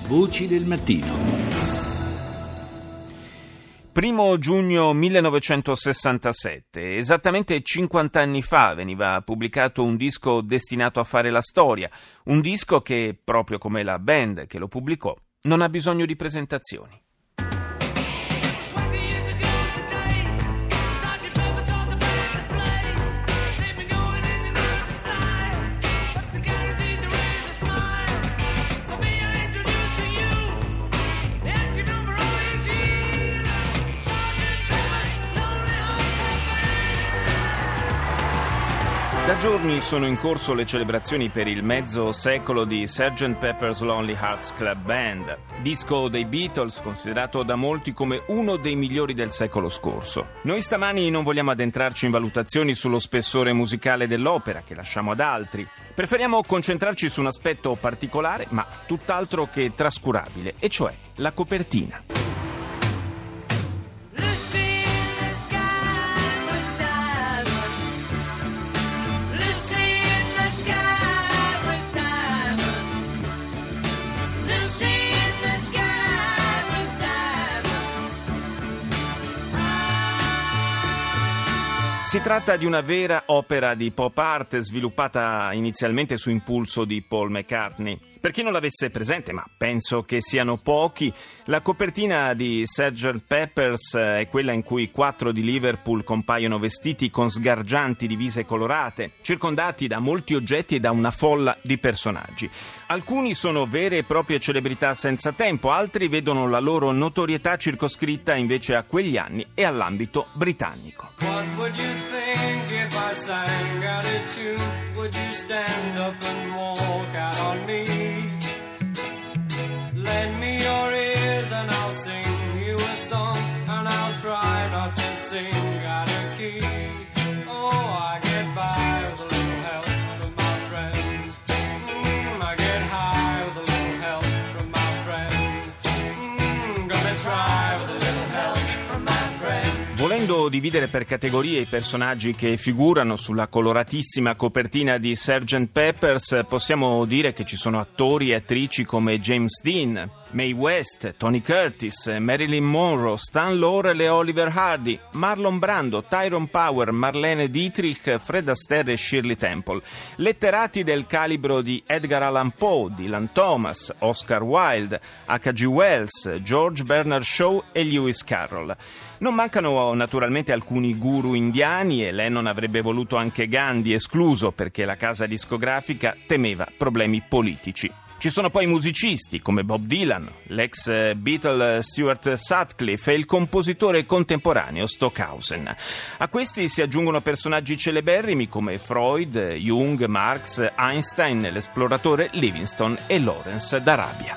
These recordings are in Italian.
Voci del mattino. 1 giugno 1967, esattamente 50 anni fa, veniva pubblicato un disco destinato a fare la storia, un disco che, proprio come la band che lo pubblicò, non ha bisogno di presentazioni. Da giorni sono in corso le celebrazioni per il mezzo secolo di Sgt. Pepper's Lonely Hearts Club Band, disco dei Beatles considerato da molti come uno dei migliori del secolo scorso. Noi stamani non vogliamo addentrarci in valutazioni sullo spessore musicale dell'opera, che lasciamo ad altri. Preferiamo concentrarci su un aspetto particolare, ma tutt'altro che trascurabile, e cioè la copertina. Si tratta di una vera opera di pop art sviluppata inizialmente su impulso di Paul McCartney. Per chi non l'avesse presente, ma penso che siano pochi, la copertina di Sgt. Pepper's è quella in cui 4 di Liverpool compaiono vestiti con sgargianti divise colorate, circondati da molti oggetti e da una folla di personaggi. Alcuni sono vere e proprie celebrità senza tempo, altri vedono la loro notorietà circoscritta invece a quegli anni e all'ambito britannico. What would you think if I sang out a tune? Would you stand up and walk out on me? Lend me your ears and I'll sing you a song, and I'll try not to sing out of key. Oh, I get by with a little help from my friend. I get high with a little help from my friend. Gonna try with a little help from my friend. Volendo dividere per categorie i personaggi che figurano sulla coloratissima copertina di Sgt. Pepper's, possiamo dire che ci sono attori e attrici come James Dean, Mae West, Tony Curtis, Marilyn Monroe, Stan Laurel e Oliver Hardy, Marlon Brando, Tyrone Power, Marlene Dietrich, Fred Astaire e Shirley Temple, letterati del calibro di Edgar Allan Poe, Dylan Thomas, Oscar Wilde, H.G. Wells, George Bernard Shaw e Lewis Carroll. Non mancano naturalmente alcuni guru indiani e Lennon avrebbe voluto anche Gandhi escluso perché la casa discografica temeva problemi politici. Ci sono poi musicisti come Bob Dylan, l'ex Beatle Stuart Sutcliffe e il compositore contemporaneo Stockhausen. A questi si aggiungono personaggi celeberrimi come Freud, Jung, Marx, Einstein, l'esploratore Livingstone e Lawrence d'Arabia.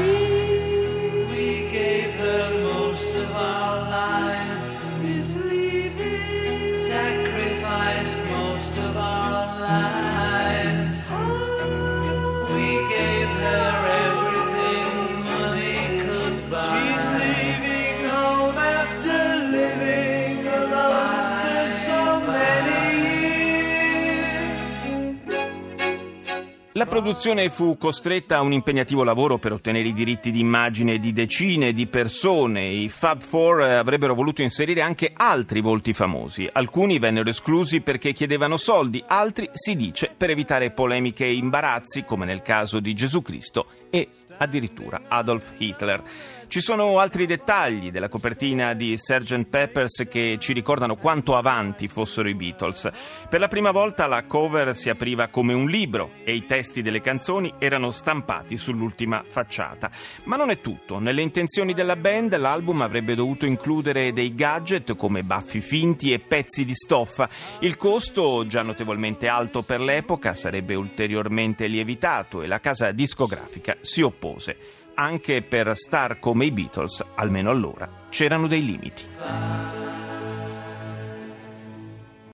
La produzione fu costretta a un impegnativo lavoro per ottenere i diritti d'immagine di decine di persone. I Fab Four avrebbero voluto inserire anche altri volti famosi. Alcuni vennero esclusi perché chiedevano soldi, altri, si dice, per evitare polemiche e imbarazzi, come nel caso di Gesù Cristo e addirittura Adolf Hitler. Ci sono altri dettagli della copertina di Sgt. Pepper's che ci ricordano quanto avanti fossero i Beatles. Per la prima volta la cover si apriva come un libro e i testi delle canzoni erano stampati sull'ultima facciata. Ma non è tutto. Nelle intenzioni della band l'album avrebbe dovuto includere dei gadget come baffi finti e pezzi di stoffa. Il costo, già notevolmente alto per l'epoca, sarebbe ulteriormente lievitato e la casa discografica si oppose. Anche per star come i Beatles, almeno allora, c'erano dei limiti.